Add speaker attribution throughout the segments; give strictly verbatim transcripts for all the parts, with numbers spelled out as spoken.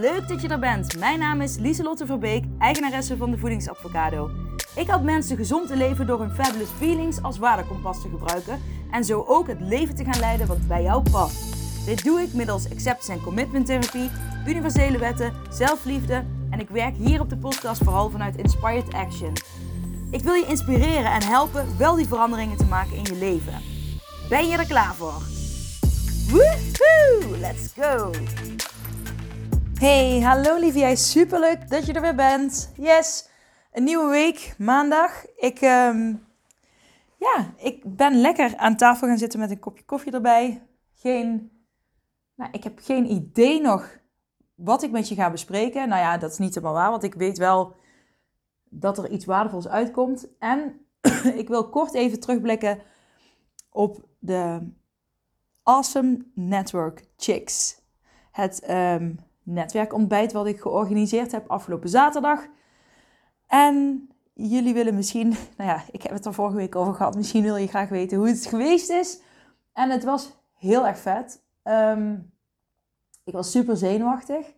Speaker 1: leuk dat je er bent. Mijn naam is Lieselotte Verbeek, eigenaresse van de Voedingsadvocado. Ik help mensen gezond te leven door hun fabulous feelings als waardekompas te gebruiken en zo ook het leven te gaan leiden wat bij jou past. Dit doe ik middels acceptance en commitment therapie, universele wetten, zelfliefde en ik werk hier op de podcast vooral vanuit Inspired Action. Ik wil je inspireren en helpen wel die veranderingen te maken in je leven. Ben je er klaar voor? Woehoe! Let's go! Hey, hallo lieve jij, superleuk dat je er weer bent. Yes, een nieuwe week, maandag. Ik, um, ja, ik ben lekker aan tafel gaan zitten met een kopje koffie erbij. Geen, nou, ik heb geen idee nog wat ik met je ga bespreken. Nou ja, dat is niet helemaal waar, want ik weet wel dat er iets waardevols uitkomt. En ik wil kort even terugblikken op de Awesome Network Chicks. Het um, netwerkontbijt wat ik georganiseerd heb afgelopen zaterdag. En jullie willen misschien, nou ja, ik heb het er vorige week over gehad. Misschien wil je graag weten hoe het geweest is. En het was heel erg vet. Um, ik was super zenuwachtig.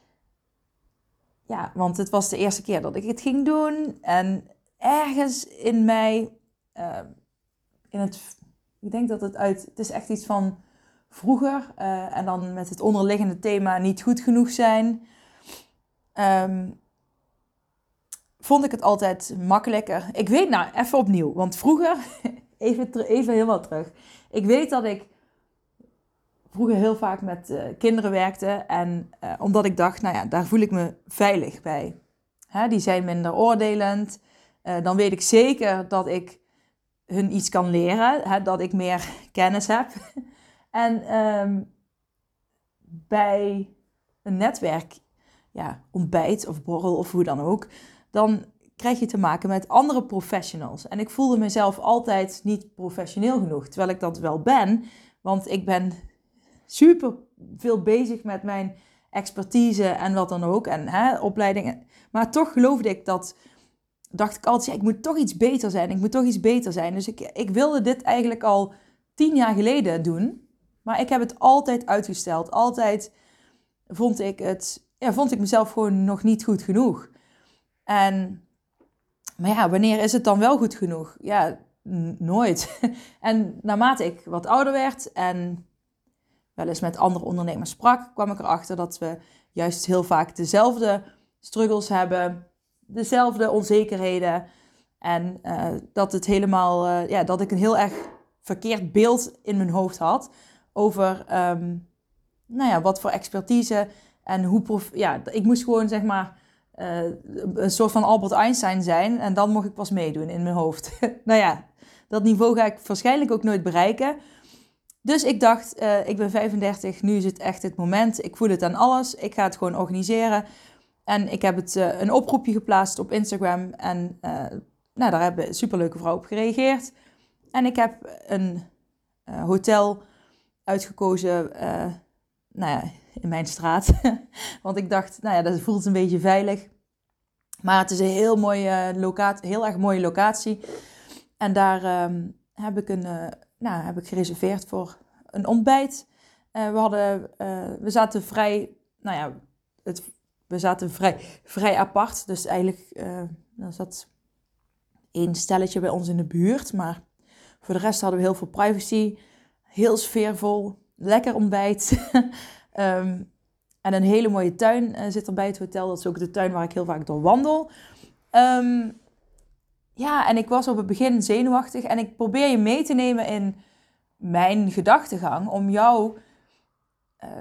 Speaker 1: Ja, want het was de eerste keer dat ik het ging doen. En ergens in mij, uh, in het, ik denk dat het uit, het is echt iets van vroeger. Uh, en dan met het onderliggende thema niet goed genoeg zijn. Um, vond ik het altijd makkelijker. Ik weet nou, even opnieuw. Want vroeger, even, even helemaal terug. Ik weet dat ik vroeger heel vaak met uh, kinderen werkte. En uh, omdat ik dacht, nou ja, daar voel ik me veilig bij. Hè, die zijn minder oordelend. Uh, dan weet ik zeker dat ik hun iets kan leren. Hè, dat ik meer kennis heb. En um, bij een netwerk, ja, ontbijt of borrel of hoe dan ook, dan krijg je te maken met andere professionals. En ik voelde mezelf altijd niet professioneel genoeg, terwijl ik dat wel ben. Want ik ben super veel bezig met mijn expertise en wat dan ook. En hè, opleidingen. Maar toch geloofde ik dat, dacht ik altijd, ja, ik moet toch iets beter zijn. Ik moet toch iets beter zijn. Dus ik, ik wilde dit eigenlijk al tien jaar geleden doen. Maar ik heb het altijd uitgesteld. Altijd vond ik het, ja, vond ik mezelf gewoon nog niet goed genoeg. En, maar ja, wanneer is het dan wel goed genoeg? Ja, n- nooit. En naarmate ik wat ouder werd en wel eens met andere ondernemers sprak, kwam ik erachter dat we juist heel vaak dezelfde struggles hebben, dezelfde onzekerheden. En uh, dat het helemaal, uh, ja, dat ik een heel erg verkeerd beeld in mijn hoofd had over, um, nou ja, wat voor expertise en hoe, prof- ja, ik moest gewoon zeg maar Uh, een soort van Albert Einstein zijn. En dan mocht ik pas meedoen in mijn hoofd. Nou ja, dat niveau ga ik waarschijnlijk ook nooit bereiken. Dus ik dacht, uh, ik ben vijfendertig. Nu is het echt het moment. Ik voel het aan alles. Ik ga het gewoon organiseren. En ik heb het uh, een oproepje geplaatst op Instagram. En uh, nou, daar hebben superleuke vrouwen op gereageerd. En ik heb een uh, hotel uitgekozen. Uh, nou ja, in mijn straat. Want ik dacht, nou ja, dat voelt een beetje veilig. Maar het is een heel mooie locatie, heel erg mooie locatie. En daar um, heb ik een, uh, nou, heb ik gereserveerd voor een ontbijt. Uh, we hadden, uh, we zaten vrij, nou ja, het, we zaten vrij, vrij apart. Dus eigenlijk, uh, er zat één stelletje bij ons in de buurt. Maar voor de rest hadden we heel veel privacy. Heel sfeervol, lekker ontbijt. Um, en een hele mooie tuin uh, zit er bij het hotel. Dat is ook de tuin waar ik heel vaak door wandel. Um, ja, en ik was op het begin zenuwachtig. En ik probeer je mee te nemen in mijn gedachtegang. Om jou, uh,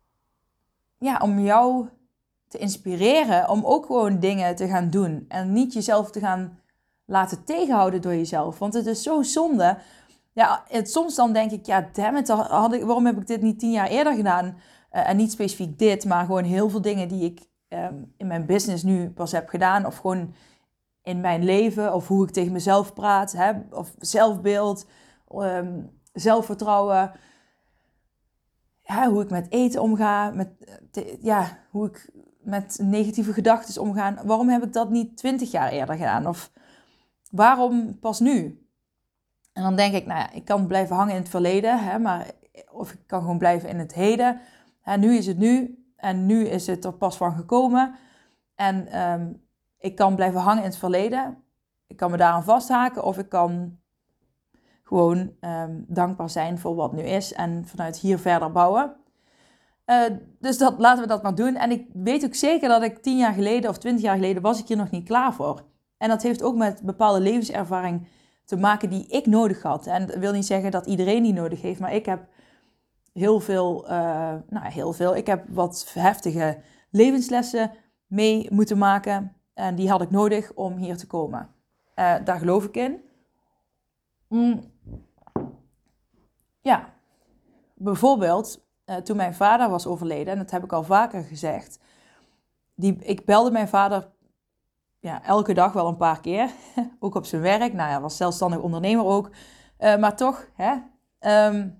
Speaker 1: ja, om jou te inspireren. Om ook gewoon dingen te gaan doen. En niet jezelf te gaan laten tegenhouden door jezelf. Want het is zo zonde. Ja, het, soms dan denk ik, ja, damn it, had ik, waarom heb ik dit niet tien jaar eerder gedaan? Uh, en niet specifiek dit, maar gewoon heel veel dingen die ik um, in mijn business nu pas heb gedaan. Of gewoon in mijn leven, of hoe ik tegen mezelf praat. Hè? Of zelfbeeld, um, zelfvertrouwen. Ja, hoe ik met eten omga. Met, te, ja, hoe ik met negatieve gedachten omga. Waarom heb ik dat niet twintig jaar eerder gedaan? Of waarom pas nu? En dan denk ik, nou ja, ik kan blijven hangen in het verleden. Hè, maar, of ik kan gewoon blijven in het heden. Hè, nu is het nu. En nu is het er pas van gekomen. En um, ik kan blijven hangen in het verleden. Ik kan me daaraan vasthaken of ik kan gewoon um, dankbaar zijn voor wat nu is en vanuit hier verder bouwen. Uh, dus dat, laten we dat maar doen. En ik weet ook zeker dat ik tien jaar geleden of twintig jaar geleden was ik hier nog niet klaar voor. En dat heeft ook met bepaalde levenservaring te maken die ik nodig had. En dat wil niet zeggen dat iedereen die nodig heeft, maar ik heb heel veel, uh, nou heel veel, ik heb wat heftige levenslessen mee moeten maken. En die had ik nodig om hier te komen. Uh, daar geloof ik in. Mm. Ja, bijvoorbeeld uh, toen mijn vader was overleden, en dat heb ik al vaker gezegd. Die, ik belde mijn vader ja, elke dag wel een paar keer. Ook op zijn werk. Nou ja, was zelfstandig ondernemer ook. Uh, maar toch, hè. Um,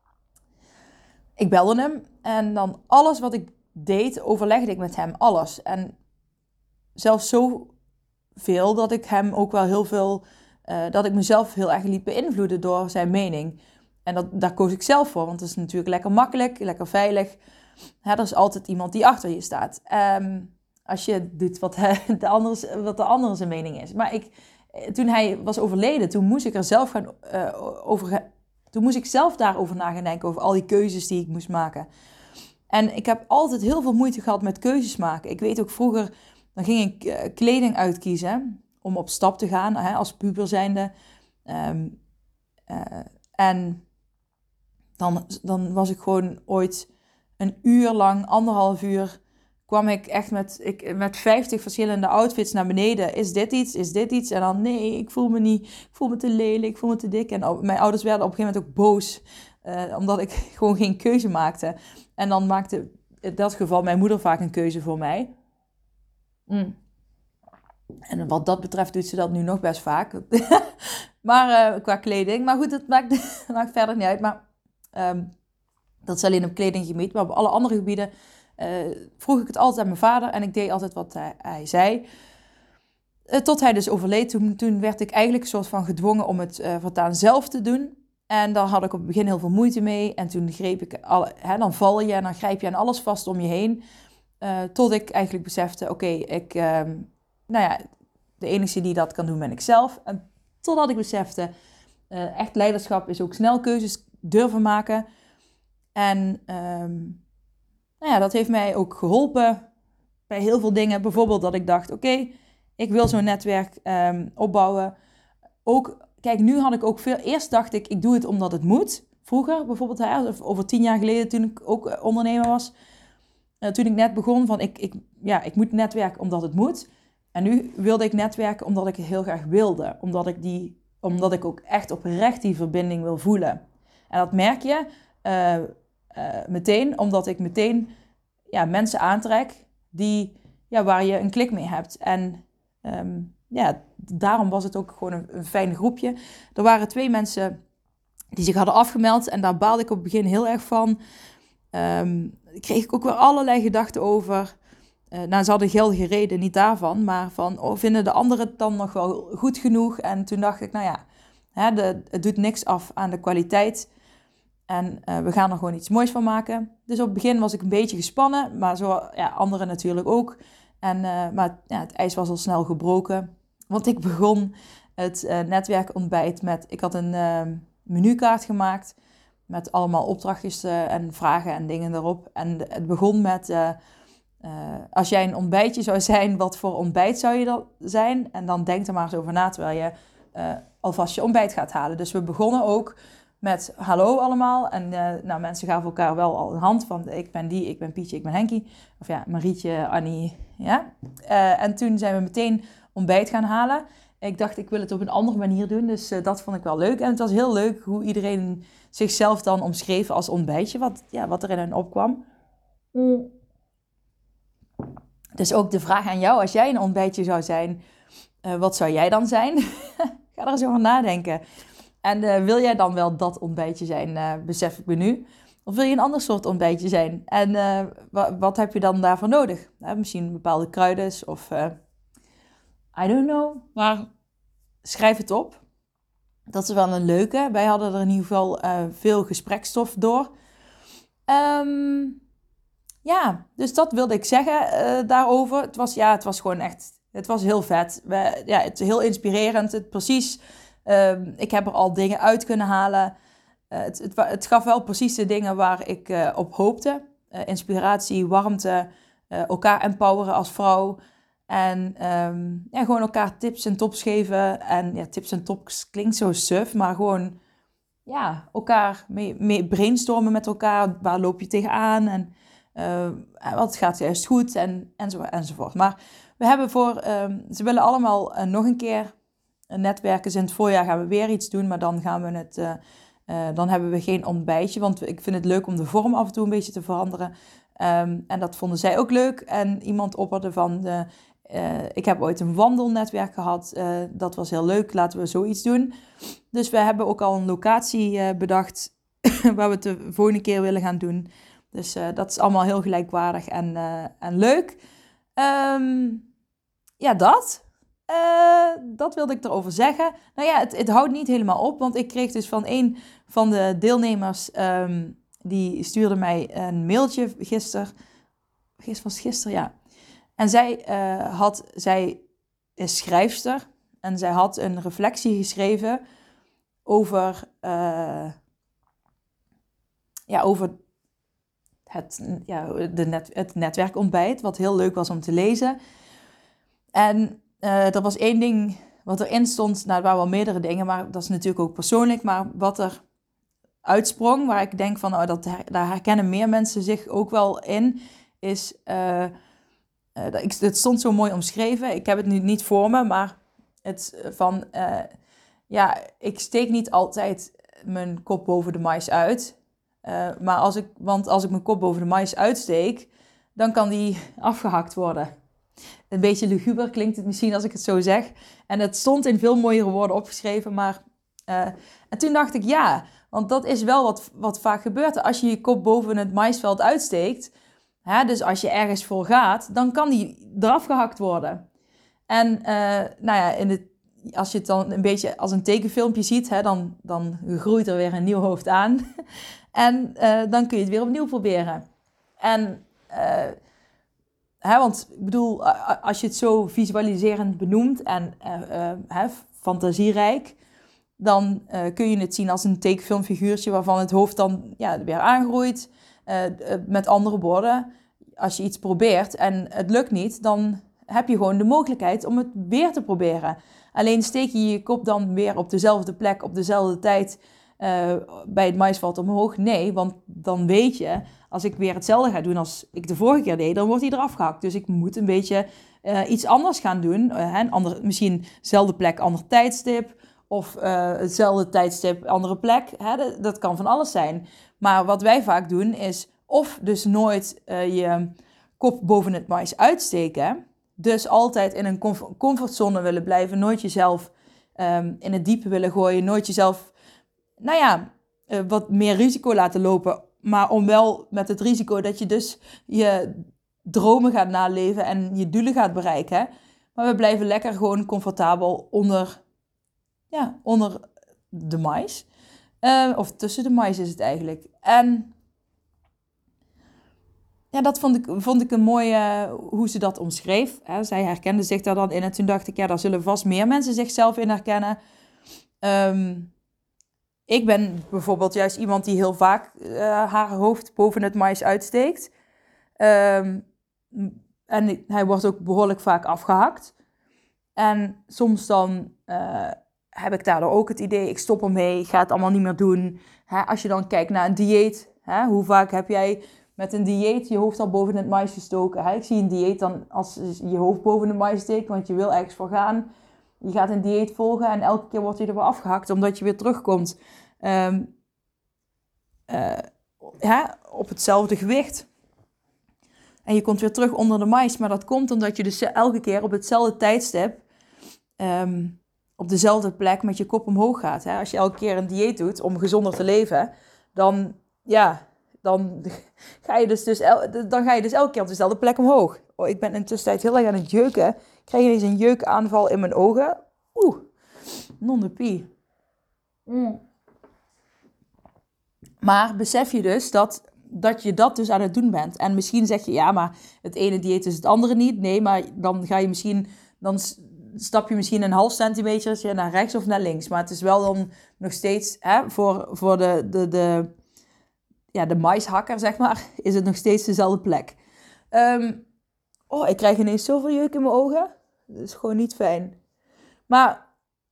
Speaker 1: ik belde hem. En dan alles wat ik deed, overlegde ik met hem. Alles. En zelfs zoveel dat ik hem ook wel heel veel... Uh, dat ik mezelf heel erg liet beïnvloeden door zijn mening. En dat, daar koos ik zelf voor. Want het is natuurlijk lekker makkelijk, lekker veilig. Hè, er is altijd iemand die achter je staat. Um, Als je doet wat de, andere, wat de andere zijn mening is. Maar ik, toen hij was overleden, toen moest ik er zelf gaan uh, over. Toen moest ik zelf daarover na gaan denken. Over al die keuzes die ik moest maken. En ik heb altijd heel veel moeite gehad met keuzes maken. Ik weet ook vroeger, dan ging ik uh, kleding uitkiezen. Om op stap te gaan, hè, als puber zijnde. Um, uh, en dan, dan was ik gewoon ooit een uur lang, anderhalf uur... kwam ik echt met, ik, met vijftig verschillende outfits naar beneden. Is dit iets? Is dit iets? En dan, nee, ik voel me niet. Ik voel me te lelijk. Ik voel me te dik. En mijn ouders werden op een gegeven moment ook boos. Uh, omdat ik gewoon geen keuze maakte. En dan maakte in dat geval mijn moeder vaak een keuze voor mij. Mm. En wat dat betreft doet ze dat nu nog best vaak. maar uh, qua kleding. Maar goed, dat maakt, dat maakt verder niet uit. Maar um, dat is alleen op kledinggebied. Maar op alle andere gebieden... Uh, vroeg ik het altijd aan mijn vader en ik deed altijd wat hij, hij zei. Uh, tot hij dus overleed. Toen, toen werd ik eigenlijk een soort van gedwongen om het uh, voortaan zelf te doen. En daar had ik op het begin heel veel moeite mee. En toen greep ik, alle, hè, dan val je en dan grijp je aan alles vast om je heen. Uh, tot ik eigenlijk besefte, oké, okay, ik, uh, nou ja, de enige die dat kan doen ben ik zelf. En totdat ik besefte, uh, echt leiderschap is ook snel keuzes durven maken. En... Um, Nou ja, dat heeft mij ook geholpen bij heel veel dingen. Bijvoorbeeld dat ik dacht, oké, okay, ik wil zo'n netwerk um, opbouwen. Ook, kijk, nu had ik ook veel... Eerst dacht ik, ik doe het omdat het moet. Vroeger bijvoorbeeld, hè, of over tien jaar geleden toen ik ook ondernemer was. Uh, toen ik net begon van, ik, ik, ja, ik moet netwerken omdat het moet. En nu wilde ik netwerken omdat ik het heel graag wilde. Omdat ik, die, omdat ik ook echt oprecht die verbinding wil voelen. En dat merk je... Uh, Uh, meteen, omdat ik meteen ja, mensen aantrek die, ja, waar je een klik mee hebt. En um, ja, daarom was het ook gewoon een, een fijn groepje. Er waren twee mensen die zich hadden afgemeld en daar baalde ik op het begin heel erg van. Um, daar kreeg ik ook weer allerlei gedachten over. Uh, nou, ze hadden geldige reden, niet daarvan, maar van, oh, vinden de anderen het dan nog wel goed genoeg? En toen dacht ik, nou ja, hè, de, het doet niks af aan de kwaliteit. En uh, we gaan er gewoon iets moois van maken. Dus op het begin was ik een beetje gespannen. Maar zo, ja, anderen natuurlijk ook. En, uh, maar ja, het ijs was al snel gebroken. Want ik begon het uh, netwerkontbijt met... Ik had een uh, menukaart gemaakt. Met allemaal opdrachtjes uh, en vragen en dingen erop. En het begon met... Uh, uh, als jij een ontbijtje zou zijn, wat voor ontbijt zou je dan zijn? En dan denk er maar eens over na, terwijl je uh, alvast je ontbijt gaat halen. Dus we begonnen ook... met hallo allemaal. En uh, nou, mensen gaven elkaar wel al een hand van... ik ben die, ik ben Pietje, ik ben Henkie. Of ja, Marietje, Annie. Ja. Uh, en toen zijn we meteen ontbijt gaan halen. Ik dacht, ik wil het op een andere manier doen. Dus uh, dat vond ik wel leuk. En het was heel leuk hoe iedereen zichzelf dan omschreef als ontbijtje. Wat, ja, wat er in hen opkwam. Mm. Dus ook de vraag aan jou. Als jij een ontbijtje zou zijn... Uh, wat zou jij dan zijn? Ga er eens over nadenken. En uh, wil jij dan wel dat ontbijtje zijn, uh, besef ik me nu. Of wil je een ander soort ontbijtje zijn? En uh, wa- wat heb je dan daarvoor nodig? Uh, misschien bepaalde kruiden of... Uh, I don't know. Maar schrijf het op. Dat is wel een leuke. Wij hadden er in ieder geval uh, veel gesprekstof door. Um, ja, dus dat wilde ik zeggen uh, daarover. Het was, ja, het was gewoon echt, het was heel vet. We, ja, het heel inspirerend. Het precies, uh, ik heb er al dingen uit kunnen halen. Uh, het, het, het gaf wel precies de dingen waar ik uh, op hoopte. Uh, inspiratie, warmte, uh, elkaar empoweren als vrouw. En um, ja, gewoon elkaar tips en tops geven. En ja, tips en tops klinkt zo suf, maar gewoon ja, elkaar mee, mee brainstormen met elkaar. Waar loop je tegenaan? En uh, wat gaat juist goed? En, enzovoort, enzovoort. Maar we hebben voor, um, ze willen allemaal uh, nog een keer netwerken. Dus in het voorjaar gaan we weer iets doen, maar dan gaan we het... Uh, Uh, dan hebben we geen ontbijtje, want ik vind het leuk om de vorm af en toe een beetje te veranderen. Um, en dat vonden zij ook leuk. En iemand opperde van, de, uh, ik heb ooit een wandelnetwerk gehad. Uh, dat was heel leuk, laten we zoiets doen. Dus we hebben ook al een locatie uh, bedacht waar we het de volgende keer willen gaan doen. Dus uh, dat is allemaal heel gelijkwaardig en, uh, en leuk. Um, ja, dat... Uh, dat wilde ik erover zeggen. Nou ja, het, het houdt niet helemaal op. Want ik kreeg dus van een van de deelnemers... Um, die stuurde mij een mailtje gisteren. Gisteren was gisteren, ja. En zij, uh, had, zij is schrijfster. En zij had een reflectie geschreven over... Uh, ja, over het, ja, de net, het netwerkontbijt. Wat heel leuk was om te lezen. En... Uh, er was één ding wat erin stond, nou er waren wel meerdere dingen, maar dat is natuurlijk ook persoonlijk, maar wat er uitsprong, waar ik denk van, oh, dat, daar herkennen meer mensen zich ook wel in, is, uh, uh, dat ik, het stond zo mooi omschreven, ik heb het nu niet voor me, maar het van, uh, ja, ik steek niet altijd mijn kop boven de mais uit, uh, maar als ik, want als ik mijn kop boven de mais uitsteek, dan kan die afgehakt worden. Een beetje luguber klinkt het misschien als ik het zo zeg. En het stond in veel mooiere woorden opgeschreven. Maar, uh, en toen dacht ik ja, want dat is wel wat, wat vaak gebeurt. Als je je kop boven het maisveld uitsteekt, hè, dus als je ergens voor gaat, dan kan die eraf gehakt worden. En uh, nou ja, in het, als je het dan een beetje als een tekenfilmpje ziet, hè, dan, dan groeit er weer een nieuw hoofd aan. En uh, dan kun je het weer opnieuw proberen. En... Uh, He, want ik bedoel, als je het zo visualiserend benoemt en uh, uh, he, fantasierijk, dan uh, kun je het zien als een tekenfilmfiguurtje waarvan het hoofd dan ja, weer aangroeit. Uh, uh, met andere woorden, als je iets probeert en het lukt niet, dan heb je gewoon de mogelijkheid om het weer te proberen. Alleen steek je je kop dan weer op dezelfde plek, op dezelfde tijd uh, bij het maisveld omhoog? Nee, want dan weet je... Als ik weer hetzelfde ga doen als ik de vorige keer deed, dan wordt hij eraf gehakt. Dus ik moet een beetje uh, iets anders gaan doen. Uh, hè, ander, misschien dezelfde plek, ander tijdstip. Of uh, hetzelfde tijdstip, andere plek. Hè, dat, dat kan van alles zijn. Maar wat wij vaak doen is of dus nooit uh, je kop boven het mais uitsteken. Dus altijd in een comfort, comfortzone willen blijven. Nooit jezelf um, in het diepe willen gooien. Nooit jezelf, nou ja, uh, wat meer risico laten lopen. Maar om wel met het risico dat je dus je dromen gaat naleven en je doelen gaat bereiken. Maar we blijven lekker gewoon comfortabel onder, ja, onder de mais. Uh, of tussen de mais is het eigenlijk. En ja, dat vond ik, vond ik een mooie hoe ze dat omschreef. Hè. Zij herkende zich daar dan in. En toen dacht ik, ja, daar zullen vast meer mensen zichzelf in herkennen. Um, Ik ben bijvoorbeeld juist iemand die heel vaak uh, haar hoofd boven het mais uitsteekt. Um, en hij wordt ook behoorlijk vaak afgehakt. En soms dan uh, heb ik daardoor ook het idee, ik stop ermee, ik ga het allemaal niet meer doen. Hè, als je dan kijkt naar een dieet, hè, hoe vaak heb jij met een dieet je hoofd al boven het mais gestoken? Hè? Ik zie een dieet dan als je hoofd boven de mais steekt, want je wil ergens voor gaan. Je gaat een dieet volgen en elke keer wordt je er weer afgehakt, omdat je weer terugkomt um, uh, ja, op hetzelfde gewicht. En je komt weer terug onder de mais. Maar dat komt omdat je dus elke keer op hetzelfde tijdstip um, op dezelfde plek met je kop omhoog gaat. Hè? Als je elke keer een dieet doet om gezonder te leven, dan, ja, dan, ga je dus, dus el- dan ga je dus elke keer op dezelfde plek omhoog. Oh, ik ben in de tussentijd heel erg aan het jeuken. Ik krijg ineens een jeukaanval in mijn ogen. Oeh, non de pie. Mm. Maar besef je dus dat dat je dat dus aan het doen bent. En misschien zeg je, ja, maar het ene dieet is het andere niet. Nee, maar dan ga je misschien, dan stap je misschien een half centimeter naar rechts of naar links. Maar het is wel dan nog steeds, hè, voor, voor de, de, de, ja, de maishakker, zeg maar, is het nog steeds dezelfde plek. Um, oh, ik krijg ineens zoveel jeuk in mijn ogen. Dat is gewoon niet fijn. Maar,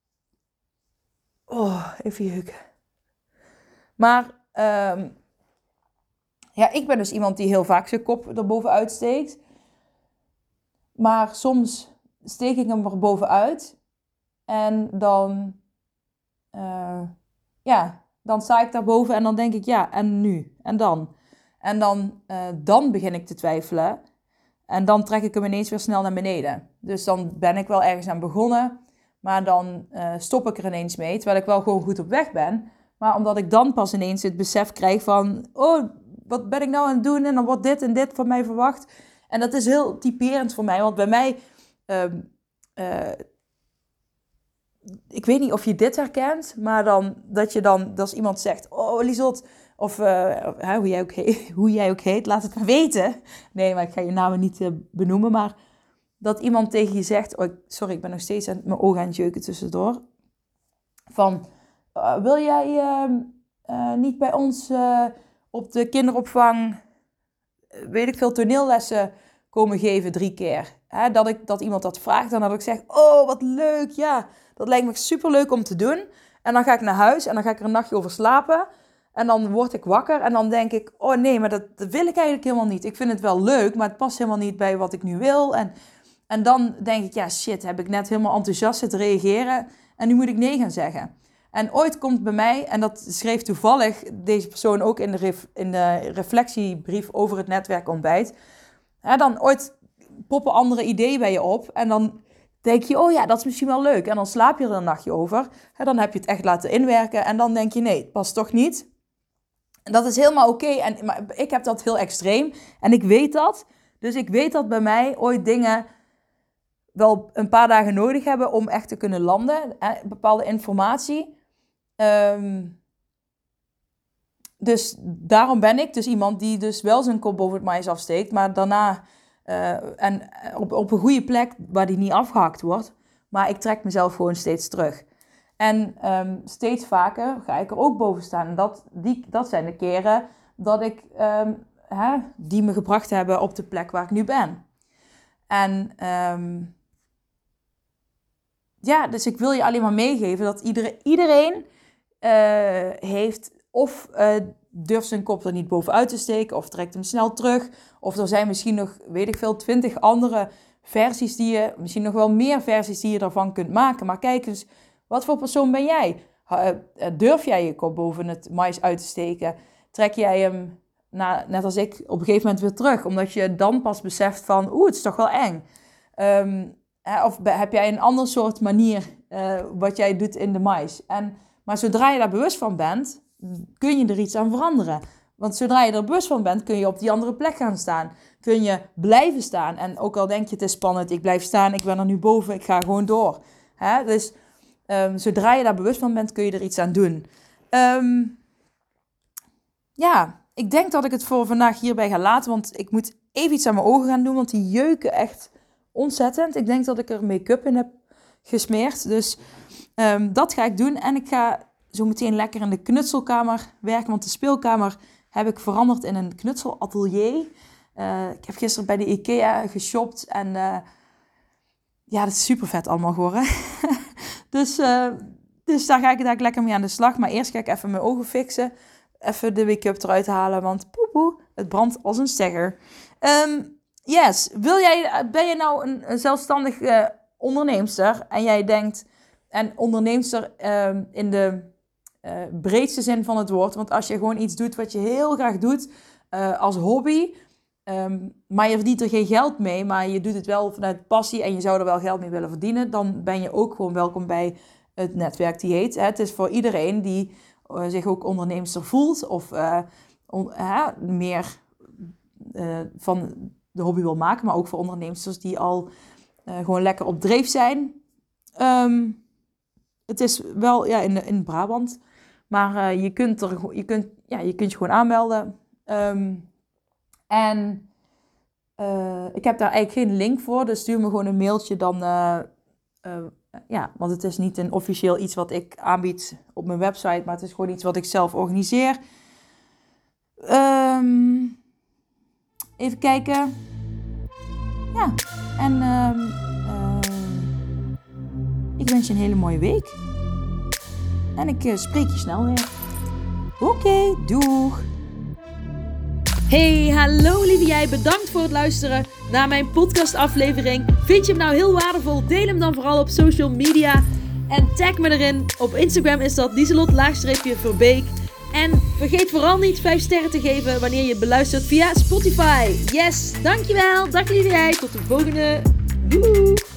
Speaker 1: oh, even jeuken. Maar, um, ja, ik ben dus iemand die heel vaak zijn kop erbovenuit steekt. Maar soms steek ik hem er bovenuit. En dan, uh, ja, dan sta ik daarboven en dan denk ik, ja, en nu? En dan? En dan, uh, dan begin ik te twijfelen. En dan trek ik hem ineens weer snel naar beneden. Dus dan ben ik wel ergens aan begonnen. Maar dan uh, stop ik er ineens mee. Terwijl ik wel gewoon goed op weg ben. Maar omdat ik dan pas ineens het besef krijg van... Oh, wat ben ik nou aan het doen? En dan wordt dit en dit van mij verwacht. En dat is heel typerend voor mij. Want bij mij... Uh, uh, ik weet niet of je dit herkent. Maar dan dat je dan... Dat als iemand zegt... Oh, Liesot... Of uh, hoe, jij ook heet, hoe jij ook heet, laat het maar weten. Nee, maar ik ga je namen niet uh, benoemen. Maar dat iemand tegen je zegt... Oh, sorry, ik ben nog steeds aan mijn ogen aan het jeuken tussendoor. Van, uh, wil jij uh, uh, niet bij ons uh, op de kinderopvang... weet ik veel, toneellessen komen geven drie keer? Hè, dat, ik, dat iemand dat vraagt en dat ik zeg... Oh, wat leuk, ja. Dat lijkt me superleuk om te doen. En dan ga ik naar huis en dan ga ik er een nachtje over slapen... En dan word ik wakker en dan denk ik... Oh nee, maar dat, dat wil ik eigenlijk helemaal niet. Ik vind het wel leuk, maar het past helemaal niet bij wat ik nu wil. En, en dan denk ik... Ja, shit, heb ik net helemaal enthousiast zitten reageren. En nu moet ik nee gaan zeggen. En ooit komt bij mij... En dat schreef toevallig deze persoon ook in de, ref, in de reflectiebrief over het netwerkontbijt. Ja, dan ooit poppen andere ideeën bij je op. En dan denk je... Oh ja, dat is misschien wel leuk. En dan slaap je er een nachtje over. En dan heb je het echt laten inwerken. En dan denk je... Nee, het past toch niet... En dat is helemaal oké. Okay. En maar ik heb dat heel extreem. En ik weet dat. Dus ik weet dat bij mij ooit dingen wel een paar dagen nodig hebben om echt te kunnen landen. Hè, bepaalde informatie. Um, dus daarom ben ik dus iemand die dus wel zijn kop boven het mais afsteekt. Maar daarna uh, en op, op een goede plek waar die niet afgehakt wordt. Maar ik trek mezelf gewoon steeds terug. En um, steeds vaker ga ik er ook boven staan. En dat, die, dat zijn de keren dat ik, um, hè, die me gebracht hebben op de plek waar ik nu ben. En um, ja, dus ik wil je alleen maar meegeven dat iedereen, iedereen uh, heeft of uh, durft zijn kop er niet bovenuit te steken of trekt hem snel terug. Of er zijn misschien nog, weet ik veel, twintig andere versies die je, misschien nog wel meer versies die je ervan kunt maken. Maar kijk eens... Wat voor persoon ben jij? Durf jij je kop boven het mais uit te steken? Trek jij hem, na, net als ik, op een gegeven moment weer terug? Omdat je dan pas beseft van, oeh, het is toch wel eng. Um, of heb jij een ander soort manier uh, wat jij doet in de mais? En, maar zodra je daar bewust van bent, kun je er iets aan veranderen. Want zodra je er bewust van bent, kun je op die andere plek gaan staan. Kun je blijven staan. En ook al denk je, het is spannend, ik blijf staan, ik ben er nu boven, ik ga gewoon door. Hè? Dus... Um, zodra je daar bewust van bent, kun je er iets aan doen. Um, ja, ik denk dat ik het voor vandaag hierbij ga laten. Want ik moet even iets aan mijn ogen gaan doen. Want die jeuken echt ontzettend. Ik denk dat ik er make-up in heb gesmeerd. Dus um, dat ga ik doen. En ik ga zo meteen lekker in de knutselkamer werken. Want de speelkamer heb ik veranderd in een knutselatelier. Uh, ik heb gisteren bij de IKEA geshopt. En uh, ja, dat is super vet allemaal geworden. Dus, uh, dus daar ga ik daar lekker mee aan de slag. Maar eerst ga ik even mijn ogen fixen. Even de make-up eruit halen. Want poepoe, het brandt als een stekker. Um, yes, wil jij, ben je nou een, een zelfstandig uh, onderneemster? En jij denkt, en onderneemster um, in de uh, breedste zin van het woord. Want als je gewoon iets doet wat je heel graag doet uh, als hobby... Um, maar je verdient er geen geld mee, maar je doet het wel vanuit passie en je zou er wel geld mee willen verdienen, dan ben je ook gewoon welkom bij het netwerk dieet. Het is voor iedereen die uh, zich ook onderneemster voelt of uh, on, uh, meer uh, van de hobby wil maken, maar ook voor onderneemsters die al uh, gewoon lekker op dreef zijn. Um, het is wel ja, in, in Brabant, maar uh, je, kunt er, je, kunt, ja, je kunt je gewoon aanmelden. Um, en uh, ik heb daar eigenlijk geen link voor. Dus stuur me gewoon een mailtje dan... Uh, uh, ja, want het is niet een officieel iets wat ik aanbied op mijn website. Maar het is gewoon iets wat ik zelf organiseer. Um, even kijken. Ja, en um, uh, ik wens je een hele mooie week. En ik uh, spreek je snel weer. Oké, okay, doeg!
Speaker 2: Hey, hallo lieve jij. Bedankt voor het luisteren naar mijn podcastaflevering. Vind je hem nou heel waardevol? Deel hem dan vooral op social media. En tag me erin. Op Instagram is dat Lieselot-Verbeek. En vergeet vooral niet vijf sterren te geven wanneer je beluistert via Spotify. Yes, dankjewel. Dag lieve jij. Tot de volgende. Doei!